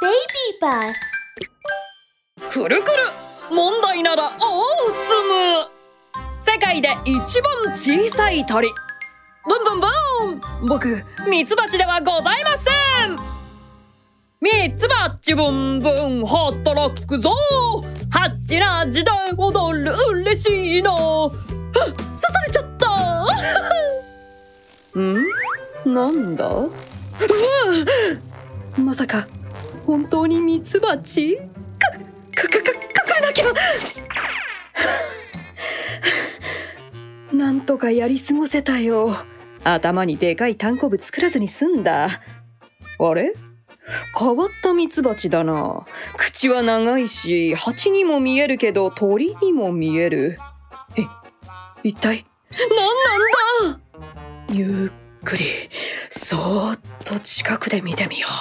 baby bus. くるくる問題ならオーツム。世界で一番小さい鳥。ブンブンブン。僕ミツバチではございません。ミツバチブンブン働くぞ。ハッチラジで踊る嬉しいな。刺されちゃったなんだ。まさか本当にミツバチ？隠れなきゃなんとかやり過ごせたよ。頭にでかい単行部作らずに済んだ。あれ？変わったミツバチだな。口は長いし、蜂にも見えるけど鳥にも見える。一体何なんだ。ゆっくりそーっと近くで見てみよ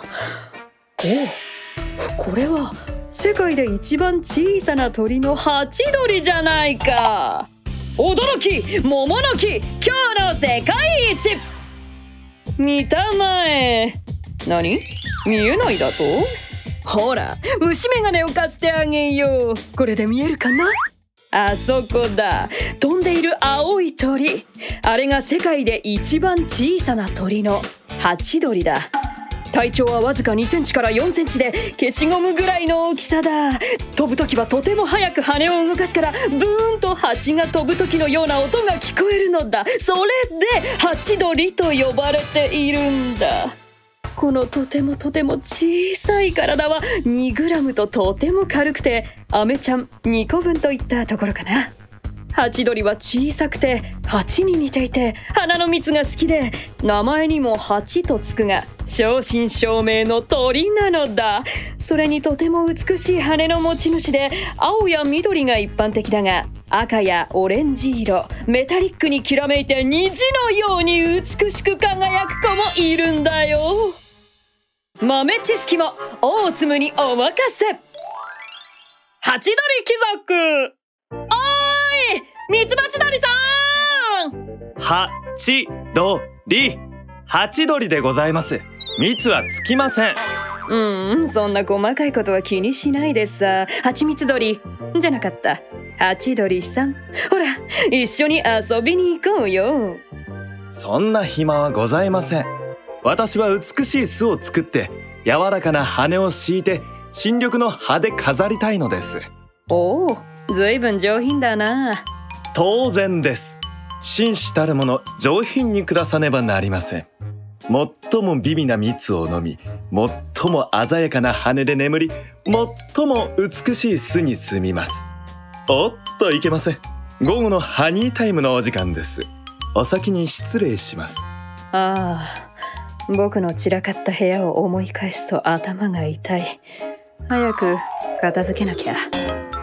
う。これは世界で一番小さな鳥のハチドリじゃないか。驚き桃の木、今日の世界一。見たまえ。何？見えないだと？ほら、虫眼鏡を貸してあげよう。これで見えるかな？あそこだ。飛んでいる青い鳥。あれが世界で一番小さな鳥のハチドリだ。体長はわずか2センチから4センチで消しゴムぐらいの大きさだ。飛ぶときはとても速く羽を動かすから、ブーンと蜂が飛ぶときのような音が聞こえるのだ。それでハチドリと呼ばれているんだ。このとても小さい体は2グラムととても軽くて、アメちゃん2個分といったところかな。ハチドリは小さくて蜂に似ていて、花の蜜が好きで、名前にも蜂とつくが正真正銘の鳥なのだ。それにとても美しい羽の持ち主で、青や緑が一般的だが、赤やオレンジ色、メタリックにきらめいて虹のように美しく輝く子もいるんだよ。豆知識も大粒にお任せ。ハチドリ貴族。おーい、ミツバチドリさん。 ハチドリ、ハチドリでございます。蜜はつきません。 そんな細かいことは気にしないでさ。ハチミツドリじゃなかった。ハチドリさん、ほら一緒に遊びに行こうよ。 そんな暇はございません。私は美しい巣を作って柔らかな羽を敷いて新緑の葉で飾りたいのです。 おお、ずいぶん上品だな。 当然です。紳士たるもの上品に暮らさねばなりません。最も美味な蜜を飲み、最も鮮やかな羽で眠り、最も美しい巣に住みます。おっといけません。午後のハニータイムのお時間です。お先に失礼します。 ああ、僕の散らかった部屋を思い返すと頭が痛い。早く片付けなきゃ。